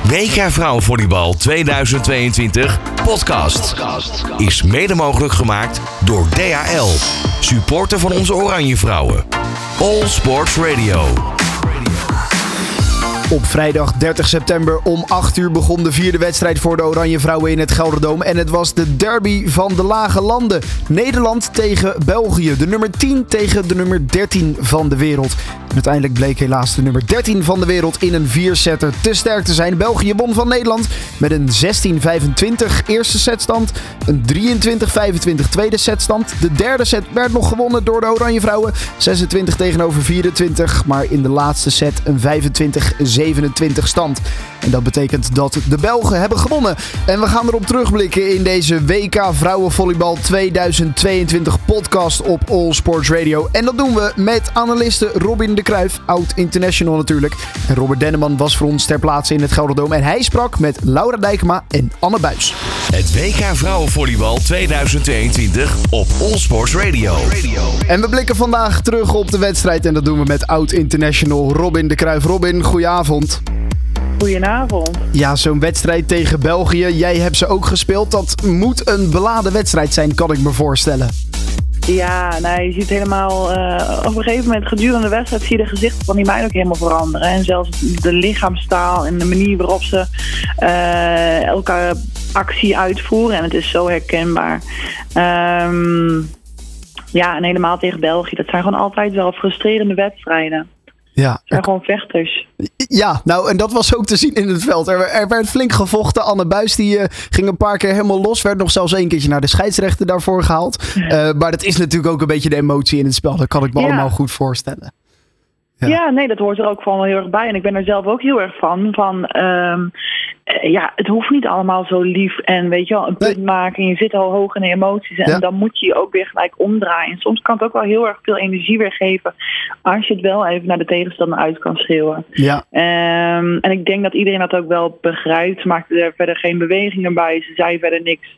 WK Vrouwenvolleybal 2022 podcast is mede mogelijk gemaakt door DHL, supporter van onze Oranje Vrouwen. All Sports Radio. Op vrijdag 30 september om 8 uur begon de vierde wedstrijd voor de Oranje Vrouwen in het Gelderdoom. En het was de derby van de lage landen. Nederland tegen België. De nummer 10 tegen de nummer 13 van de wereld. En uiteindelijk bleek helaas de nummer 13 van de wereld in een 4-setter te sterk te zijn. België won van Nederland met een 16-25 eerste setstand. Een 23-25 tweede setstand. De derde set werd nog gewonnen door de Oranje Vrouwen. 26 tegenover 24. Maar in de laatste set een 25-27 stand. En dat betekent dat de Belgen hebben gewonnen. En we gaan erop terugblikken in deze WK Vrouwenvolleybal 2022 podcast op All Sports Radio. En dat doen we met analiste Robin de Cruijff, oud-international natuurlijk. En Robert Denneman was voor ons ter plaatse in het Gelderdoom. En hij sprak met Laura Dijkema en Anne Buis. Het WK Vrouwenvolleybal 2022 op All Sports Radio. En we blikken vandaag terug op de wedstrijd. En dat doen we met oud-international Robin de Cruijff. Robin, goedenavond. Goedenavond. Ja, zo'n wedstrijd tegen België. Jij hebt ze ook gespeeld. Dat moet een beladen wedstrijd zijn, kan ik me voorstellen. Ja, nou, je ziet helemaal... op een gegeven moment gedurende de wedstrijd zie je de gezichten van die meiden ook helemaal veranderen. En zelfs de lichaamstaal en de manier waarop ze elke actie uitvoeren. En het is zo herkenbaar. Ja, en helemaal tegen België. Dat zijn gewoon altijd wel frustrerende wedstrijden. Ja, het zijn gewoon vechters. Ja, nou, en dat was ook te zien in het veld. Er werd flink gevochten. Anne Buis die ging een paar keer helemaal los. Werd nog zelfs een keertje naar de scheidsrechter daarvoor gehaald. Maar dat is natuurlijk ook een beetje de emotie in het spel. Dat kan ik me allemaal goed voorstellen. Ja, nee, dat hoort er ook gewoon wel heel erg bij. En ik ben er zelf ook heel erg van ja, het hoeft niet allemaal zo lief. En weet je wel, een punt maken en je zit al hoog in de emoties. En dan moet je ook weer gelijk omdraaien. Soms kan het ook wel heel erg veel energie weer geven als je het wel even naar de tegenstander uit kan schreeuwen. Ja. En ik denk dat iedereen dat ook wel begrijpt. Ze maakte er verder geen bewegingen bij. Ze zei verder niks.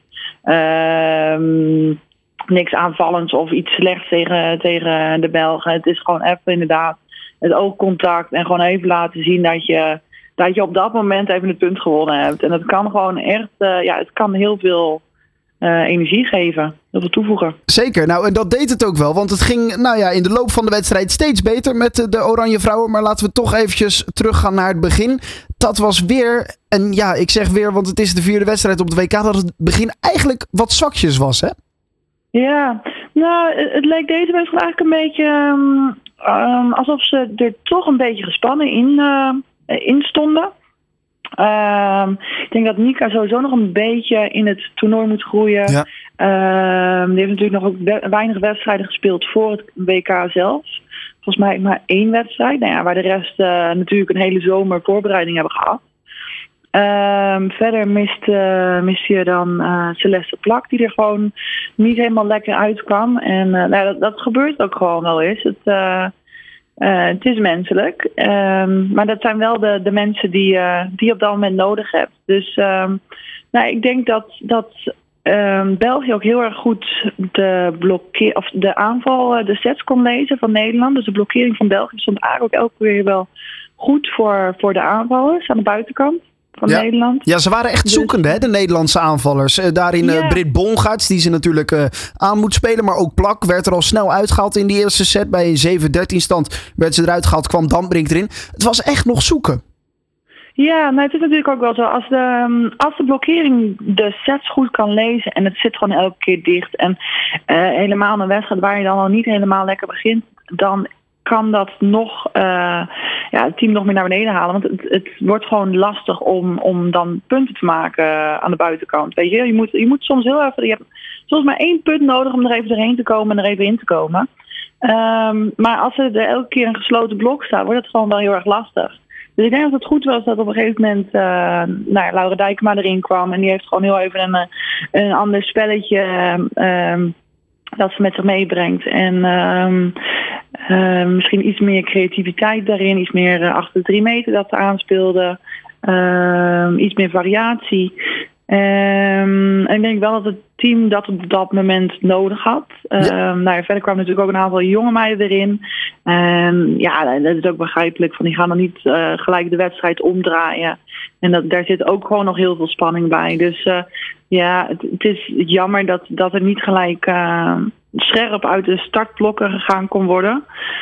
Niks aanvallends of iets slechts tegen de Belgen. Het is gewoon even inderdaad het oogcontact en gewoon even laten zien dat je op dat moment even het punt gewonnen hebt. En dat kan gewoon echt, het kan heel veel energie geven. Heel veel toevoegen. Zeker, nou en dat deed het ook wel. Want het ging in de loop van de wedstrijd steeds beter met de Oranje Vrouwen. Maar laten we toch eventjes teruggaan naar het begin. Dat was weer, en ja, ik zeg weer, want het is de vierde wedstrijd op de WK, dat het begin eigenlijk wat zwakjes was, hè? Ja, nou, het leek deze wedstrijd eigenlijk een beetje alsof ze er toch een beetje gespannen in stonden. Ik denk dat Nika sowieso nog een beetje in het toernooi moet groeien. Ja. Die heeft natuurlijk nog ook weinig wedstrijden gespeeld voor het WK zelf. Volgens mij maar 1 wedstrijd. Nou ja, waar de rest natuurlijk een hele zomer voorbereiding hebben gehad. Verder mist je dan Celeste Plak, die er gewoon niet helemaal lekker uitkwam. En dat gebeurt ook gewoon wel eens. Het is menselijk. Maar dat zijn wel de mensen die je op dat moment nodig hebt. Dus ik denk dat België ook heel erg goed de aanval, de sets kon lezen van Nederland. Dus de blokkering van België stond eigenlijk ook elke keer wel goed voor de aanvallers aan de buitenkant. Van Nederland. Ja, ze waren echt zoekende, hè, de Nederlandse aanvallers. Daarin Britt Bongaerts, die ze natuurlijk aan moet spelen. Maar ook Plak werd er al snel uitgehaald in die eerste set. Bij een 7-13 stand werd ze eruit gehaald, kwam Dambrink erin. Het was echt nog zoeken. Ja, maar het is natuurlijk ook wel zo. Als de blokkering de sets goed kan lezen en het zit gewoon elke keer dicht. En helemaal een wedstrijd waar je dan al niet helemaal lekker begint, dan kan dat nog het team nog meer naar beneden halen. Want het wordt gewoon lastig om dan punten te maken aan de buitenkant. Weet je moet soms heel even... Je hebt soms maar 1 punt nodig om er even doorheen te komen en er even in te komen. Maar als er elke keer een gesloten blok staat, wordt het gewoon wel heel erg lastig. Dus ik denk dat het goed was dat op een gegeven moment Laura Dijkema erin kwam. En die heeft gewoon heel even een ander spelletje dat ze met zich meebrengt. En misschien iets meer creativiteit daarin. Iets meer achter de 3 meter dat ze aanspeelde. Iets meer variatie. En ik denk wel dat het team dat op dat moment nodig had. Verder kwamen natuurlijk ook een aantal jonge meiden erin. Dat is ook begrijpelijk. Die gaan dan niet gelijk de wedstrijd omdraaien. En daar zit ook gewoon nog heel veel spanning bij. Dus het is jammer dat er niet gelijk scherp uit de startblokken gegaan kon worden.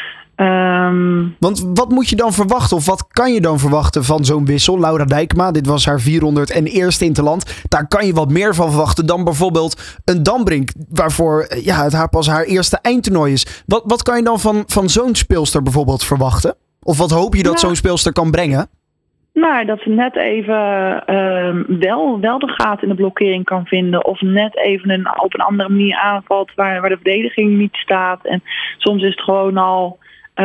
Want wat moet je dan verwachten of wat kan je dan verwachten van zo'n wissel? Laura Dijkema, dit was haar 401ste interland. Daar kan je wat meer van verwachten dan bijvoorbeeld een Dambrink, waarvoor het pas haar eerste eindtoernooi is. Wat kan je dan van zo'n speelster bijvoorbeeld verwachten? Of wat hoop je dat zo'n speelster kan brengen? Nou, dat ze net even wel de gaten in de blokkering kan vinden. Of net even op een andere manier aanvalt waar de verdediging niet staat. En soms is het gewoon al...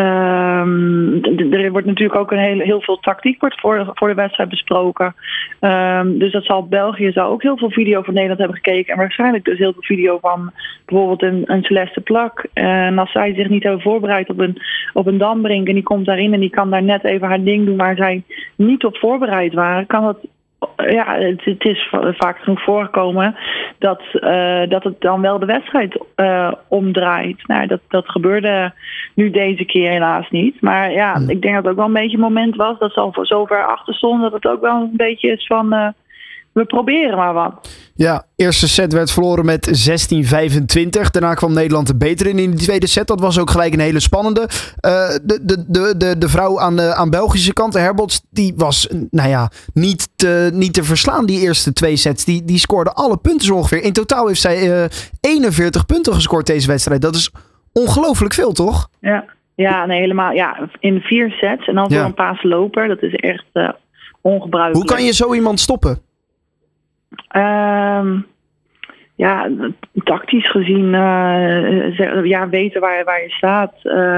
er wordt natuurlijk ook heel veel tactiek wordt voor de wedstrijd besproken. Dus dat België zal ook heel veel video van Nederland hebben gekeken. En waarschijnlijk dus heel veel video van bijvoorbeeld een Celeste Plak. En als zij zich niet hebben voorbereid op een Dambrink en die komt daarin en die kan daar net even haar ding doen waar zij niet op voorbereid waren, kan dat... Ja, het is vaak genoeg voorgekomen dat het dan wel de wedstrijd omdraait. Nou, dat gebeurde nu deze keer helaas niet. Maar ik denk dat het ook wel een beetje een moment was dat ze al zo ver achter stonden dat het ook wel een beetje is van... we proberen maar wat. Ja, eerste set werd verloren met 16-25. Daarna kwam Nederland er beter in de tweede set. Dat was ook gelijk een hele spannende. De vrouw aan Belgische kant, de Herbots, die was niet te verslaan die eerste twee sets. Die scoorde alle punten zo ongeveer. In totaal heeft zij 41 punten gescoord deze wedstrijd. Dat is ongelooflijk veel, toch? Ja, nee, helemaal. Ja, in 4 sets en dan voor een paasloper. Dat is echt ongebruikelijk. Hoe kan je zo iemand stoppen? Tactisch gezien weten waar je staat.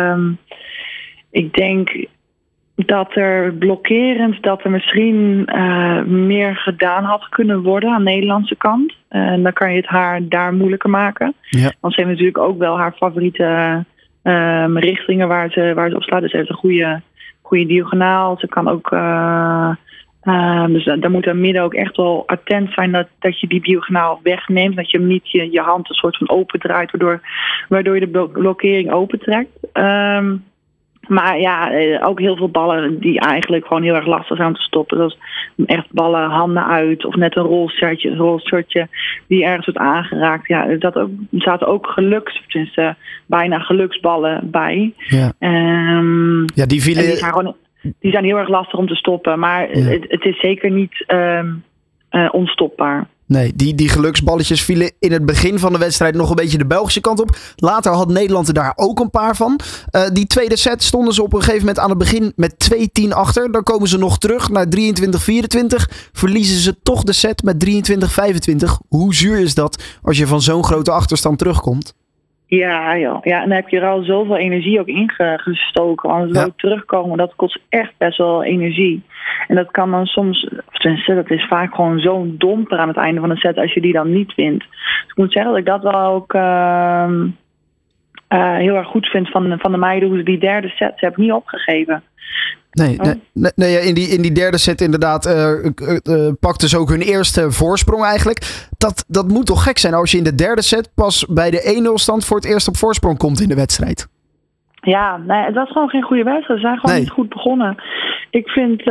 Ik denk dat er blokkerend dat er misschien meer gedaan had kunnen worden aan de Nederlandse kant. En dan kan je het haar daar moeilijker maken. Ja. Want ze heeft natuurlijk ook wel haar favoriete richtingen waar ze op slaat. Dus ze heeft een goede diagonaal. Ze kan ook... dus daar moet er midden ook echt wel attent zijn dat je die diagonaal wegneemt. Dat je hem niet je hand een soort van open draait, waardoor je de blokkering opentrekt. Maar ook heel veel ballen die eigenlijk gewoon heel erg lastig zijn om te stoppen. Zoals echt ballen handen uit of net een rolshirtje die ergens wordt aangeraakt. Ja, er zaten ook bijna geluksballen bij. Ja, die vielen... Die zijn heel erg lastig om te stoppen. Maar het is zeker niet onstopbaar. Nee, die geluksballetjes vielen in het begin van de wedstrijd nog een beetje de Belgische kant op. Later had Nederland er daar ook een paar van. Die tweede set stonden ze op een gegeven moment aan het begin met 2-10 achter. Dan komen ze nog terug naar 23-24. Verliezen ze toch de set met 23-25. Hoe zuur is dat als je van zo'n grote achterstand terugkomt? Ja, joh. En dan heb je er al zoveel energie ook ingestoken. Want zo terugkomen, dat kost echt best wel energie. En dat kan dan soms, dat is vaak gewoon zo'n domper aan het einde van de set als je die dan niet wint. Dus ik moet zeggen dat ik dat wel ook heel erg goed vind van de meiden, hoe ze die derde set, ze hebben niet opgegeven. Nee, in die derde set inderdaad pakten ze ook hun eerste voorsprong eigenlijk. Dat moet toch gek zijn als je in de derde set pas bij de 1-0 stand voor het eerst op voorsprong komt in de wedstrijd. Ja, het was gewoon geen goede wedstrijd. Ze zijn gewoon niet goed begonnen. Ik vind,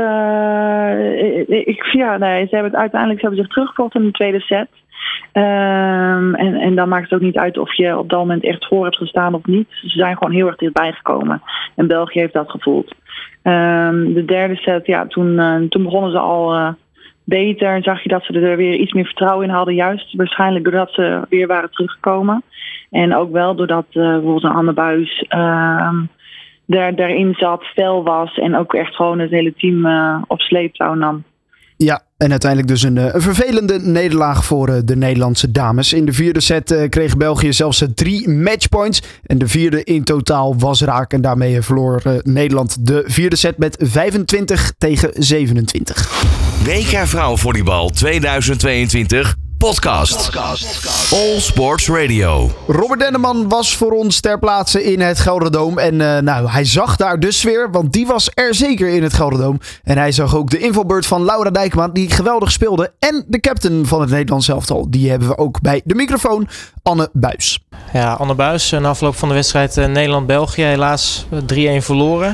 uiteindelijk hebben ze zich teruggevochten in de tweede set. En dan maakt het ook niet uit of je op dat moment echt voor hebt gestaan of niet. Ze zijn gewoon heel erg dichtbij gekomen. En België heeft dat gevoeld. De derde set, toen begonnen ze al beter. En zag je dat ze er weer iets meer vertrouwen in hadden. Juist waarschijnlijk doordat ze weer waren teruggekomen. En ook wel doordat bijvoorbeeld een Anne Buis daarin zat, fel was. En ook echt gewoon het hele team op sleeptouw nam. Ja, en uiteindelijk dus een vervelende nederlaag voor de Nederlandse dames. In de vierde set kreeg België zelfs 3 matchpoints. En de vierde in totaal was raak. En daarmee verloor Nederland de vierde set met 25-27. WK Vrouwenvolleybal 2022 Podcast. All Sports Radio. Robert Denneman was voor ons ter plaatse in het Gelderdoom. En hij zag daar de sfeer, want die was er zeker in het Gelderdoom. En hij zag ook de invalbeurt van Laura Dijkman, die geweldig speelde. En de captain van het Nederlands elftal. Die hebben we ook bij de microfoon, Anne Buijs. Ja, Anne Buijs, na afloop van de wedstrijd Nederland-België helaas 3-1 verloren.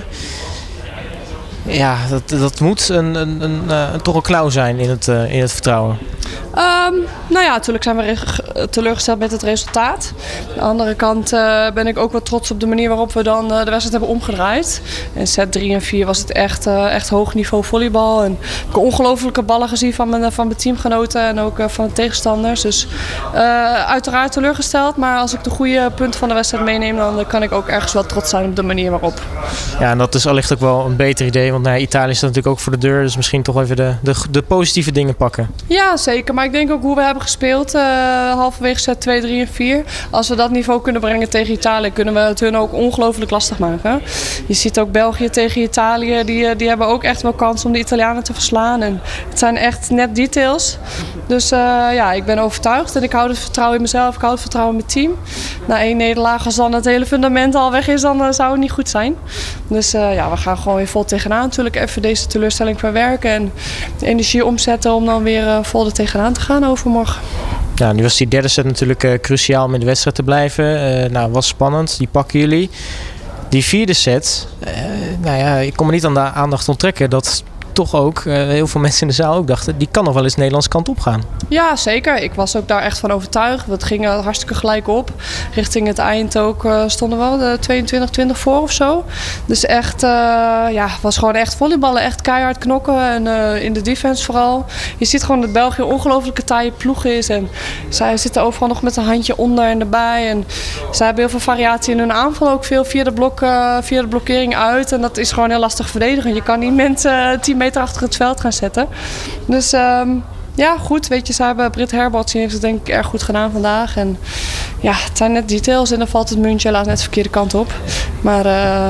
Ja, dat moet toch een klauw zijn in het vertrouwen. Natuurlijk zijn we teleurgesteld met het resultaat. Aan de andere kant ben ik ook wel trots op de manier waarop we dan de wedstrijd hebben omgedraaid. In set 3 en 4 was het echt hoog niveau volleybal. En ik heb ongelofelijke ballen gezien van mijn teamgenoten en ook van de tegenstanders. Dus uiteraard teleurgesteld. Maar als ik de goede punten van de wedstrijd meeneem, dan kan ik ook ergens wel trots zijn op de manier waarop. Ja, en dat is allicht ook wel een beter idee. Want Italië staat natuurlijk ook voor de deur. Dus misschien toch even de positieve dingen pakken. Ja, zeker. Maar ik denk ook hoe we hebben gespeeld halverwege set 2, 3 en 4. Als we dat niveau kunnen brengen tegen Italië, kunnen we het hun ook ongelooflijk lastig maken. Je ziet ook België tegen Italië. Die hebben ook echt wel kans om de Italianen te verslaan. En het zijn echt net details. Dus ik ben overtuigd. En ik hou het vertrouwen in mezelf. Ik hou het vertrouwen in mijn team. Na 1 nederlaag, als dan het hele fundament al weg is, dan zou het niet goed zijn. Dus we gaan gewoon weer vol tegenaan. Natuurlijk even deze teleurstelling verwerken. En de energie omzetten om dan weer vol er tegenaan te gaan overmorgen. Ja, nu was die derde set natuurlijk cruciaal om in de wedstrijd te blijven. Was spannend, die pakken jullie. Die vierde set, ik kon me niet aan de aandacht onttrekken dat toch ook heel veel mensen in de zaal ook dachten, die kan nog wel eens de Nederlandse kant op gaan. Ja, zeker. Ik was ook daar echt van overtuigd. Het ging hartstikke gelijk op. Richting het eind ook stonden we wel 22-20 voor of zo. Dus echt, was gewoon echt volleyballen. Echt keihard knokken en in de defense vooral. Je ziet gewoon dat België een ongelooflijke taaie ploeg is. En zij zitten overal nog met een handje onder en erbij. En zij hebben heel veel variatie in hun aanval. Ook veel via de blokkering uit. En dat is gewoon heel lastig verdedigen. Je kan niet mensen 10 meter achter het veld gaan zetten. Dus goed. Weet je, ze hebben Britt Herbots, die heeft het denk ik erg goed gedaan vandaag. En ja, het zijn net details en dan valt het muntje helaas net de verkeerde kant op. Maar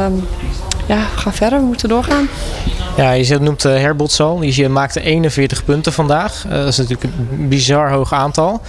we gaan verder. We moeten doorgaan. Ja, je noemt Herbots al. Je maakte 41 punten vandaag. Dat is natuurlijk een bizar hoog aantal.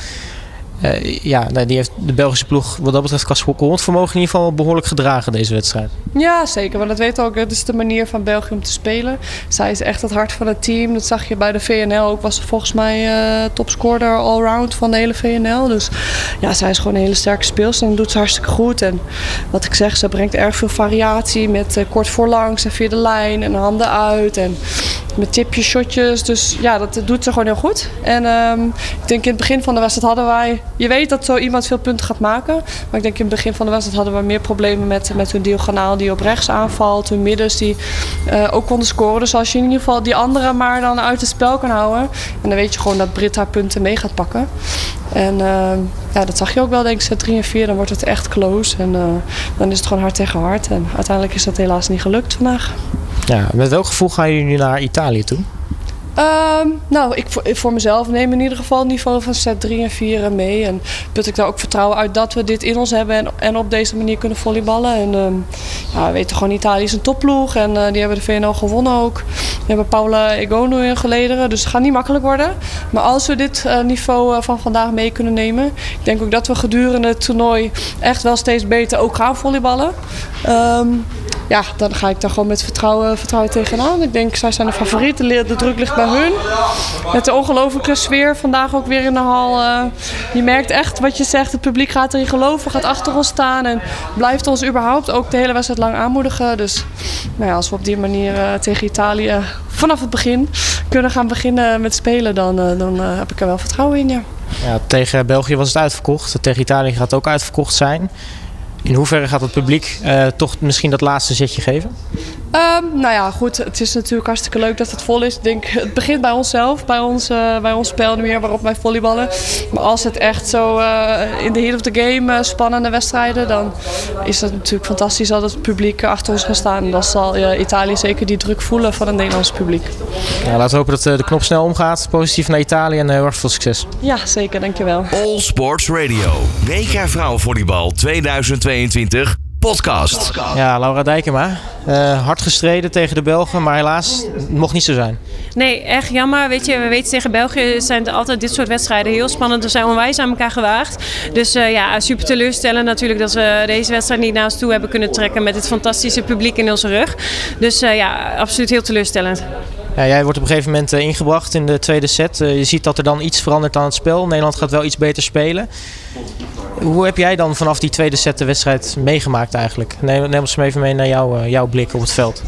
Die heeft de Belgische ploeg wat dat betreft qua scorevermogen in ieder geval behoorlijk gedragen deze wedstrijd. Ja, zeker. Want dat weet ook. Het is de manier van België om te spelen. Zij is echt het hart van het team. Dat zag je bij de VNL ook. Was ze volgens mij topscorer allround van de hele VNL. Dus ja, zij is gewoon een hele sterke speelster. En dat doet ze hartstikke goed. En wat ik zeg, ze brengt erg veel variatie met kort voorlangs en via de lijn en handen uit. En met tipjes, shotjes. Dus ja, dat doet ze gewoon heel goed. En ik denk in het begin van de wedstrijd hadden wij... Je weet dat zo iemand veel punten gaat maken. Maar ik denk in het begin van de wedstrijd hadden we meer problemen met hun diagonaal die op rechts aanvalt. Hun middens die ook konden scoren. Dus als je in ieder geval die anderen maar dan uit het spel kan houden. En dan weet je gewoon dat Britt haar punten mee gaat pakken. En dat zag je ook wel, denk ik, set 3 en 4. Dan wordt het echt close. En dan is het gewoon hard tegen hard. En uiteindelijk is dat helaas niet gelukt vandaag. Ja, met welk gevoel gaan jullie nu naar Italië toe? Ik voor mezelf neem in ieder geval het niveau van set 3 en 4 mee. En put ik daar ook vertrouwen uit dat we dit in ons hebben en op deze manier kunnen volleyballen. En we weten gewoon, Italië is een topploeg en die hebben de VNL gewonnen ook. Die hebben Paula Egonu in gelederen, dus het gaat niet makkelijk worden. Maar als we dit niveau van vandaag mee kunnen nemen, ik denk ook dat we gedurende het toernooi echt wel steeds beter ook gaan volleyballen. Dan ga ik daar gewoon met vertrouwen tegenaan. Ik denk, zij zijn de favoriet. De druk ligt bij hun. Met de ongelofelijke sfeer vandaag ook weer in de hal. Je merkt echt wat je zegt. Het publiek gaat erin geloven, gaat achter ons staan. En blijft ons überhaupt ook de hele wedstrijd lang aanmoedigen. Dus als we op die manier tegen Italië vanaf het begin kunnen gaan beginnen met spelen, dan heb ik er wel vertrouwen in, ja. Ja, tegen België was het uitverkocht. Tegen Italië gaat het ook uitverkocht zijn. In hoeverre gaat het publiek toch misschien dat laatste zetje geven? Goed. Het is natuurlijk hartstikke leuk dat het vol is. Ik denk, het begint bij onszelf, bij ons spel meer waarop wij volleyballen. Maar als het echt zo in de heat of the game spannende wedstrijden, dan is het natuurlijk fantastisch dat het publiek achter ons gaat staan. En dan zal Italië zeker die druk voelen van het Nederlandse publiek. Ja, laten we hopen dat de knop snel omgaat. Positief naar Italië en heel erg veel succes. Ja, zeker. Dankjewel. All Sports Radio. WK Vrouwenvolleybal 2022. podcast. Ja, Laura Dijkema. Hard gestreden tegen de Belgen, maar helaas, het mocht niet zo zijn. Nee, echt jammer. Weet je, we weten tegen België zijn het altijd dit soort wedstrijden heel spannend. We zijn onwijs aan elkaar gewaagd. Dus super teleurstellend natuurlijk dat we deze wedstrijd niet naar ons toe hebben kunnen trekken met dit fantastische publiek in onze rug. Dus absoluut heel teleurstellend. Ja, jij wordt op een gegeven moment ingebracht in de tweede set. Je ziet dat er dan iets verandert aan het spel. Nederland gaat wel iets beter spelen. Hoe heb jij dan vanaf die tweede set de wedstrijd meegemaakt eigenlijk? Neem ons even mee naar jouw blik op het veld.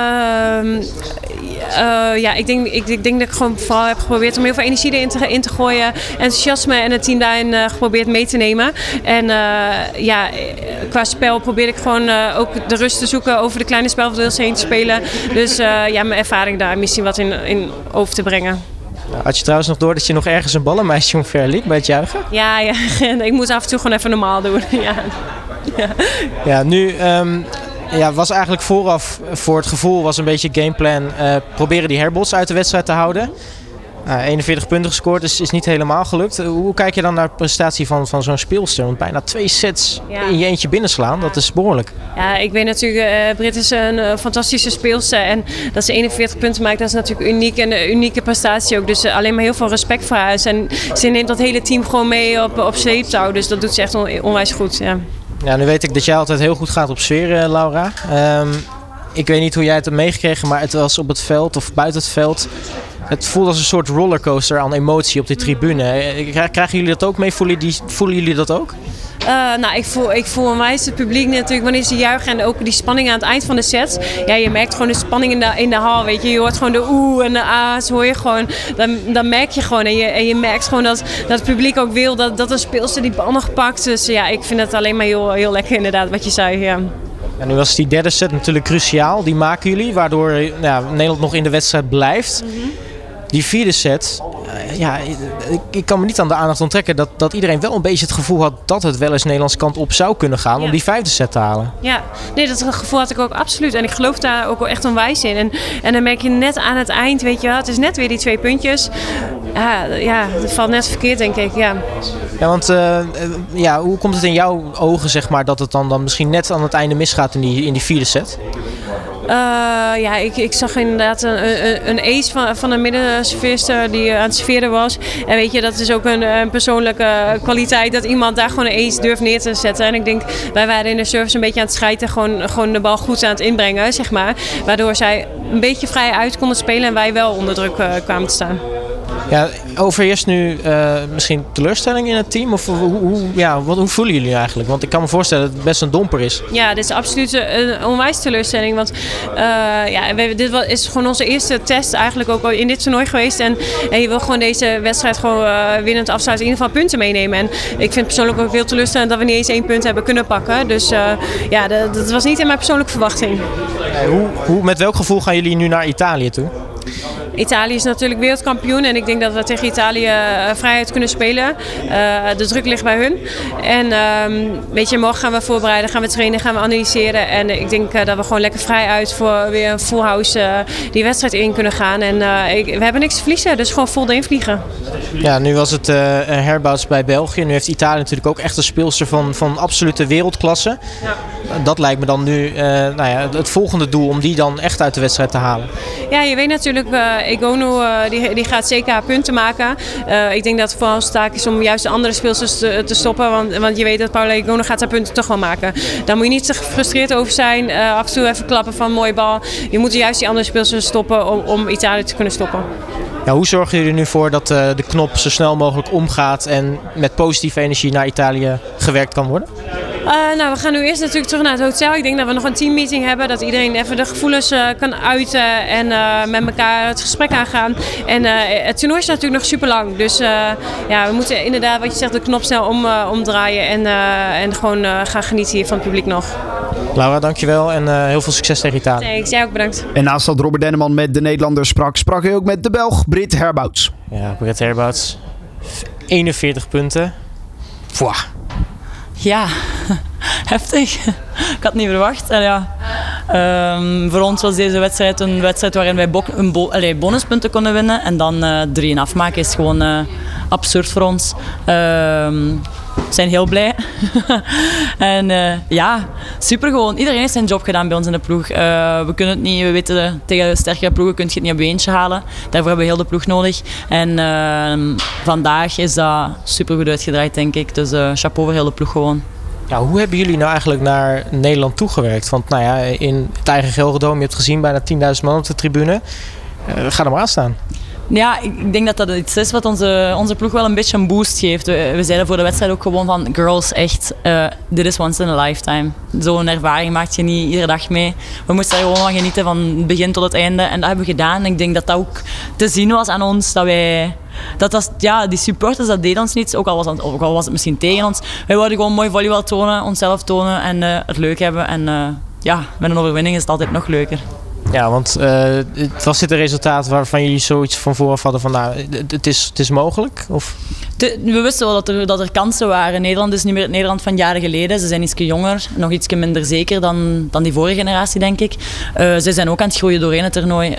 Ik denk dat ik gewoon vooral heb geprobeerd om heel veel energie erin in te gooien. Enthousiasme en het team daarin geprobeerd mee te nemen. En qua spel probeerde ik gewoon ook de rust te zoeken over de kleine spelverdeels heen te spelen. Dus mijn ervaring daar misschien wat in over te brengen. Had je trouwens nog door dat je nog ergens een ballenmeisje omver liep bij het juichen? Ja, ik moet af en toe gewoon even normaal doen. Ja, nu was eigenlijk vooraf voor het gevoel was een beetje gameplan proberen die hairballs uit de wedstrijd te houden. 41 punten gescoord, dus is niet helemaal gelukt. Hoe kijk je dan naar de prestatie van zo'n speelster? Want bijna 2 sets in je eentje binnenslaan, dat is behoorlijk. Ja, ik weet natuurlijk, Brit is een fantastische speelster. En dat ze 41 punten maakt, dat is natuurlijk uniek. En een unieke prestatie ook. Dus alleen maar heel veel respect voor haar. En ze neemt dat hele team gewoon mee op sleeptouw. Dus dat doet ze echt onwijs goed. Ja, nu weet ik dat jij altijd heel goed gaat op sfeer, Laura. Ik weet niet hoe jij het hebt meegekregen, maar het was op het veld of buiten het veld. Het voelt als een soort rollercoaster aan emotie op de tribune. Krijgen jullie dat ook mee? Voelen jullie dat ook? Ik voel onwijs het publiek natuurlijk wanneer ze juichen en ook die spanning aan het eind van de set. Ja, je merkt gewoon de spanning in de hal, weet je. Je hoort gewoon de oeh en de a's, hoor je gewoon. Dan merk je gewoon en je merkt gewoon dat het publiek ook wil dat de speelster die bal nog pakt. Dus ja, ik vind het alleen maar heel, heel lekker inderdaad wat je zei, ja. Ja, nu was die derde set natuurlijk cruciaal. Die maken jullie, waardoor Nederland nog in de wedstrijd blijft. Mm-hmm. Die vierde set, ik kan me niet aan de aandacht onttrekken dat iedereen wel een beetje het gevoel had dat het wel eens Nederlands kant op zou kunnen gaan om die vijfde set te halen. Ja, nee, dat gevoel had ik ook absoluut. En ik geloof daar ook wel echt onwijs in. En dan merk je net aan het eind, weet je wel, het is net weer die 2 puntjes. Het valt net verkeerd, denk ik, ja. Ja, want hoe komt het in jouw ogen, zeg maar, dat het dan misschien net aan het einde misgaat in die vierde set? Ik zag inderdaad een ace van een middenserveerster die aan het serveren was. En weet je, dat is ook een persoonlijke kwaliteit dat iemand daar gewoon een ace durft neer te zetten. En ik denk, wij waren in de service een beetje aan het schijten, gewoon de bal goed aan het inbrengen, zeg maar. Waardoor zij een beetje vrij uit konden spelen en wij wel onder druk kwamen te staan. Ja, overheerst nu misschien teleurstelling in het team? Of hoe voelen jullie eigenlijk? Want ik kan me voorstellen dat het best een domper is. Ja, dit is absoluut een onwijs teleurstelling. Want dit is gewoon onze eerste test eigenlijk ook in dit toernooi geweest. En je wil gewoon deze wedstrijd gewoon winnend afsluiten. In ieder geval punten meenemen. En ik vind persoonlijk ook heel teleurstellend dat we niet eens 1 punt hebben kunnen pakken. Dus dat was niet in mijn persoonlijke verwachting. Met welk gevoel gaan jullie nu naar Italië toe? Italië is natuurlijk wereldkampioen en ik denk dat we tegen Italië vrijheid kunnen spelen. De druk ligt bij hun. En morgen gaan we voorbereiden, gaan we trainen, gaan we analyseren. En ik denk dat we gewoon lekker vrij uit voor weer een full house die wedstrijd in kunnen gaan. En we hebben niks te verliezen, dus gewoon vol erin vliegen. Ja, nu was het herbouts bij België. Nu heeft Italië natuurlijk ook echt een speelster van absolute wereldklasse. Ja. Dat lijkt me dan nu het volgende doel om die dan echt uit de wedstrijd te halen. Ja, je weet natuurlijk, Egonu die gaat zeker haar punten maken. Ik denk dat het vooral taak is om juist de andere speelsters te stoppen. Want je weet dat Paula Egonu gaat haar punten toch wel maken. Daar moet je niet te gefrustreerd over zijn. Af en toe even klappen van mooie bal. Je moet juist die andere speelsters stoppen om Italië te kunnen stoppen. Ja, hoe zorgen jullie er nu voor dat de knop zo snel mogelijk omgaat en met positieve energie naar Italië gewerkt kan worden? We gaan nu eerst natuurlijk terug naar het hotel. Ik denk dat we nog een teammeeting hebben. Dat iedereen even de gevoelens kan uiten en met elkaar het gesprek aangaan. En het toernooi is natuurlijk nog super lang. Dus we moeten inderdaad, wat je zegt, de knop snel omdraaien. En gewoon gaan genieten hier van het publiek nog. Laura, dankjewel en heel veel succes tegen Italië. Thanks, jij ook bedankt. En naast dat Robert Denneman met de Nederlander sprak hij ook met de Belg Brit Herbouts. Ja, Brit Herbouts. 41 punten. Pwah. Ja, heftig. Ik had het niet verwacht. En voor ons was deze wedstrijd een wedstrijd waarin wij bonuspunten konden winnen. En dan 3 afmaken is gewoon absurd voor ons. zijn heel blij. En super gewoon. Iedereen heeft zijn job gedaan bij ons in de ploeg. We kunnen het niet, we weten, tegen sterkere ploegen kun je het niet op je eentje halen. Daarvoor hebben we heel de ploeg nodig. En vandaag is dat super goed uitgedraaid, denk ik. Dus chapeau voor heel de ploeg gewoon. Ja, hoe hebben jullie nou eigenlijk naar Nederland toegewerkt? Want in het eigen Gelredome, je hebt gezien bijna 10.000 man op de tribune. Ga er maar aan staan. Ja, ik denk dat iets is wat onze ploeg wel een beetje een boost geeft. We zeiden voor de wedstrijd ook gewoon van girls, echt, dit is once in a lifetime. Zo'n ervaring maak je niet iedere dag mee. We moesten er gewoon van genieten van het begin tot het einde. En dat hebben we gedaan. Ik denk dat dat ook te zien was aan ons. Die supporters, dat deden ons niet. Ook al was het misschien tegen ons. Wij wilden gewoon mooi volleybal tonen, onszelf tonen en het leuk hebben. En met een overwinning is het altijd nog leuker. Ja, want was dit een resultaat waarvan jullie zoiets van vooraf hadden van het is mogelijk? Of? We wisten wel dat er kansen waren. Nederland is niet meer het Nederland van jaren geleden. Ze zijn iets jonger, nog iets minder zeker dan die vorige generatie, denk ik. Ze zijn ook aan het groeien doorheen het toernooi.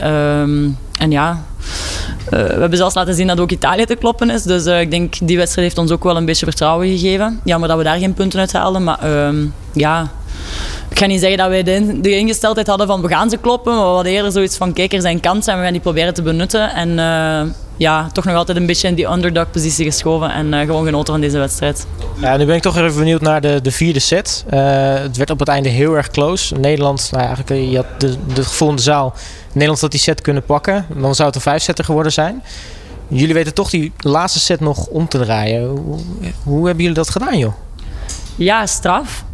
We hebben zelfs laten zien dat ook Italië te kloppen is. Dus ik denk, die wedstrijd heeft ons ook wel een beetje vertrouwen gegeven. Jammer dat we daar geen punten uit haalden, maar ik ga niet zeggen dat wij de ingesteldheid hadden van we gaan ze kloppen, maar we hadden eerder zoiets van kijk, er zijn kansen en we gaan die proberen te benutten. En toch nog altijd een beetje in die underdog positie geschoven en gewoon genoten van deze wedstrijd. Ja, nu ben ik toch even benieuwd naar de vierde set. Het werd op het einde heel erg close. Nederland, je had de gevoel in de zaal, Nederland had die set kunnen pakken. Dan zou het een 5-setter geworden zijn. Jullie weten toch die laatste set nog om te draaien. Hoe hebben jullie dat gedaan, joh? Ja, straf.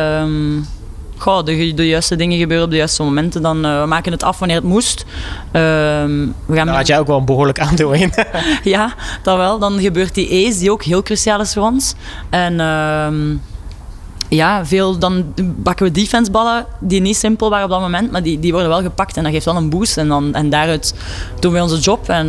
De juiste dingen gebeuren op de juiste momenten. Dan we maken het af wanneer het moest. Daar had jij ook wel een behoorlijk aandeel in. Ja, dat wel. Dan gebeurt die ace, die ook heel cruciaal is voor ons. En dan bakken we defenseballen die niet simpel waren op dat moment, maar die worden wel gepakt en dat geeft wel een boost. En daaruit doen we onze job. En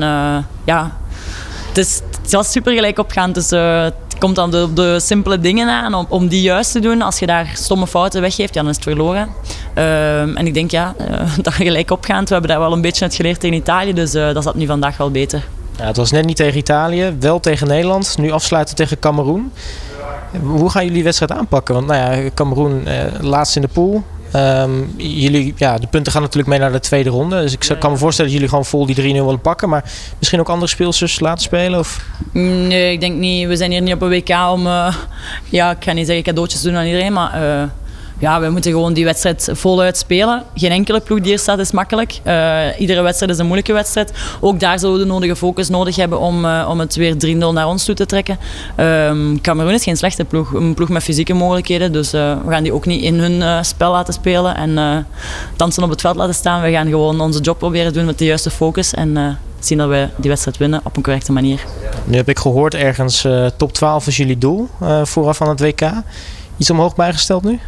het was super gelijk opgaan. Dus het komt dan op de simpele dingen aan om die juist te doen. Als je daar stomme fouten weggeeft, dan is het verloren. En ik denk dat we gelijk opgaan. We hebben daar wel een beetje uit geleerd tegen Italië, dus dat zat nu vandaag wel beter. Ja, het was net niet tegen Italië, wel tegen Nederland. Nu afsluiten tegen Kameroen. Hoe gaan jullie die wedstrijd aanpakken? Want Kameroen laatst in de pool. De punten gaan natuurlijk mee naar de tweede ronde. Dus ik kan me voorstellen dat jullie gewoon vol die 3-0 willen pakken. Maar misschien ook andere speelsters laten spelen? Of? Nee, ik denk niet. We zijn hier niet op een WK om... ik ga niet zeggen cadeautjes doen aan iedereen, maar... we moeten gewoon die wedstrijd voluit spelen. Geen enkele ploeg die hier staat is makkelijk. Iedere wedstrijd is een moeilijke wedstrijd. Ook daar zullen we de nodige focus nodig hebben om het weer 3-0 naar ons toe te trekken. Kameroen is geen slechte ploeg. Een ploeg met fysieke mogelijkheden. Dus we gaan die ook niet in hun spel laten spelen en dansen op het veld laten staan. We gaan gewoon onze job proberen doen met de juiste focus. En zien dat we die wedstrijd winnen op een correcte manier. Nu heb ik gehoord ergens top 12 is jullie doel vooraf van het WK. Iets omhoog bijgesteld nu?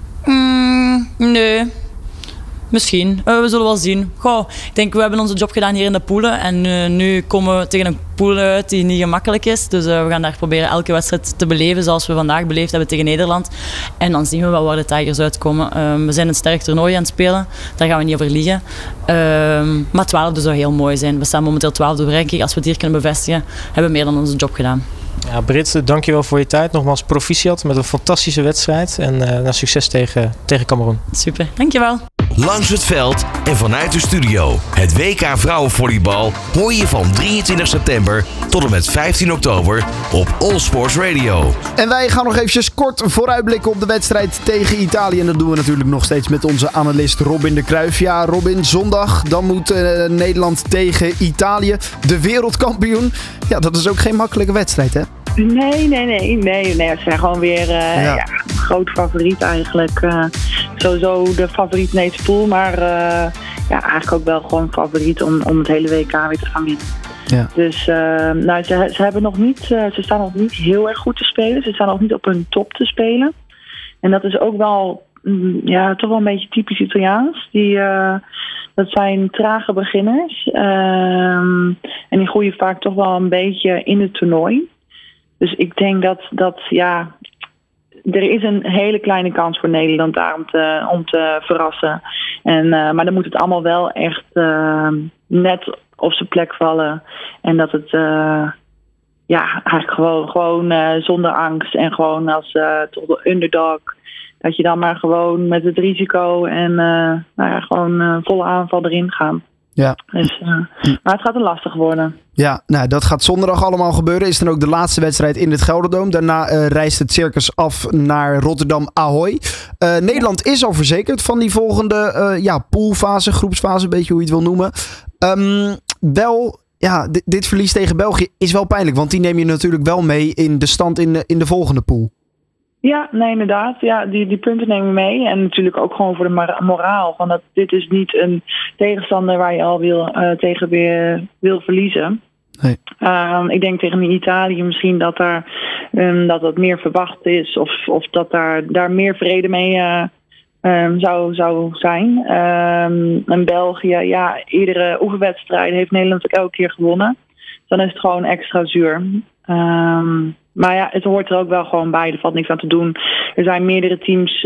Nee. Misschien. We zullen wel zien. Ik denk, we hebben onze job gedaan hier in de poelen. En nu komen we tegen een pool uit die niet gemakkelijk is. Dus we gaan daar proberen elke wedstrijd te beleven zoals we vandaag beleefd hebben tegen Nederland. En dan zien we wel waar de Tigers uitkomen. We zijn een sterk toernooi aan het spelen. Daar gaan we niet over liegen. Maar 12e zou heel mooi zijn. We staan momenteel 12e ranking. Als we het hier kunnen bevestigen, hebben we meer dan onze job gedaan. Ja, Brit, dankjewel voor je tijd. Nogmaals proficiat met een fantastische wedstrijd. En succes tegen Kameroen. Super, dankjewel. Langs het veld en vanuit de studio. Het WK Vrouwenvolleybal hoor je van 23 september tot en met 15 oktober op All Sports Radio. En wij gaan nog eventjes kort vooruitblikken op de wedstrijd tegen Italië. En dat doen we natuurlijk nog steeds met onze analist Robin de Cruijff. Ja, Robin, zondag dan moet Nederland tegen Italië. De wereldkampioen. Ja, dat is ook geen makkelijke wedstrijd, hè? Nee. Ze zijn gewoon weer groot favoriet eigenlijk. Sowieso de favoriet in deze pool, maar eigenlijk ook wel gewoon favoriet om het hele WK weer te gaan winnen. Ja. Dus ze hebben nog niet, ze staan nog niet heel erg goed te spelen. Ze staan nog niet op hun top te spelen. En dat is ook wel, toch wel een beetje typisch Italiaans. Dat zijn trage beginners. En die groeien vaak toch wel een beetje in het toernooi. Dus ik denk dat er is een hele kleine kans voor Nederland daar om te verrassen. Maar dan moet het allemaal wel echt net op zijn plek vallen. En dat het eigenlijk gewoon zonder angst. En gewoon als toch de underdog. Dat je dan maar gewoon met het risico en gewoon volle aanval erin gaan. Ja. Dus, maar het gaat een lastig worden. Ja, nou, dat gaat zondag allemaal gebeuren. Is dan ook de laatste wedstrijd in het Gelderdoom. Daarna reist het circus af naar Rotterdam Ahoy. Nederland is al verzekerd van die volgende poolfase, groepsfase, een beetje hoe je het wil noemen. Dit verlies tegen België is wel pijnlijk. Want die neem je natuurlijk wel mee in de stand in de volgende pool. Ja, nee, inderdaad. Ja, die punten nemen we mee. En natuurlijk ook gewoon voor de moraal. Van dat dit is niet een tegenstander waar je al tegen weer wil verliezen. Nee. Ik denk tegen Italië misschien dat dat meer verwacht is. Of dat daar meer vrede mee zou zijn. En België, iedere oefenwedstrijd heeft Nederland ook elke keer gewonnen. Dan is het gewoon extra zuur. Maar ja, het hoort er ook wel gewoon bij. Er valt niks aan te doen. Er zijn meerdere teams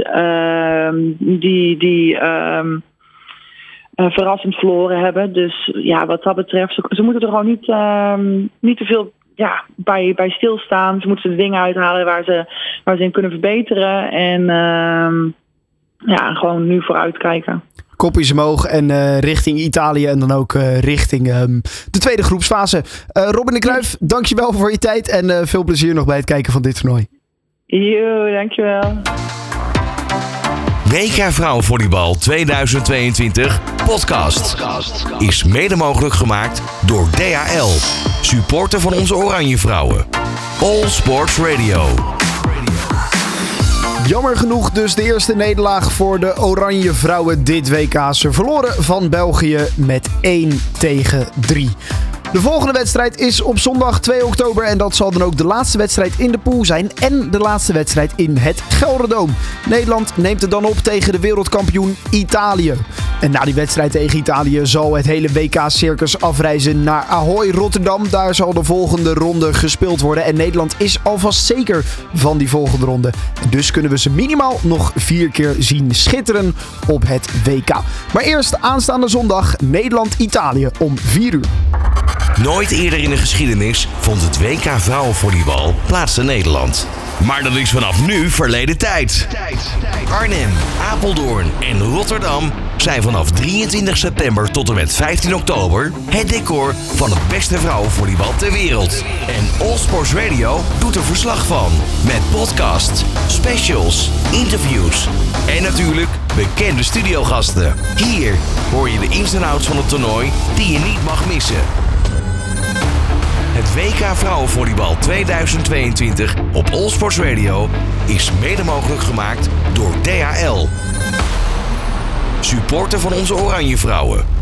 die verrassend verloren hebben. Dus ja, wat dat betreft, ze moeten er gewoon niet te veel bij stilstaan. Ze moeten de dingen uithalen waar ze in kunnen verbeteren. En gewoon nu vooruit kijken. Kopjes omhoog en richting Italië en dan ook richting de tweede groepsfase. Robin de Cruijff, dankjewel voor je tijd en veel plezier nog bij het kijken van dit toernooi. Jo, dankjewel. WK Vrouwenvolleybal 2022 podcast is mede mogelijk gemaakt door DHL, supporter van onze Oranje Vrouwen. All Sports Radio. Jammer genoeg dus de eerste nederlaag voor de Oranje Vrouwen dit WK. Ze verloren van België met 1-3. De volgende wedstrijd is op zondag 2 oktober en dat zal dan ook de laatste wedstrijd in de pool zijn en de laatste wedstrijd in het Gelderdoom. Nederland neemt het dan op tegen de wereldkampioen Italië. En na die wedstrijd tegen Italië zal het hele WK-circus afreizen naar Ahoy, Rotterdam. Daar zal de volgende ronde gespeeld worden en Nederland is alvast zeker van die volgende ronde. Dus kunnen we ze minimaal nog 4 keer zien schitteren op het WK. Maar eerst aanstaande zondag Nederland-Italië om 4 uur. Nooit eerder in de geschiedenis vond het WK Vrouwenvolleybal plaats in Nederland. Maar dat is vanaf nu verleden tijd. Arnhem, Apeldoorn en Rotterdam zijn vanaf 23 september tot en met 15 oktober het decor van het beste vrouwenvolleybal ter wereld. En All Sports Radio doet er verslag van. Met podcasts, specials, interviews en natuurlijk bekende studiogasten. Hier hoor je de ins en outs van het toernooi die je niet mag missen. Het WK Vrouwenvolleybal 2022 op All Sports Radio is mede mogelijk gemaakt door DHL. Supporter van onze Oranje Vrouwen.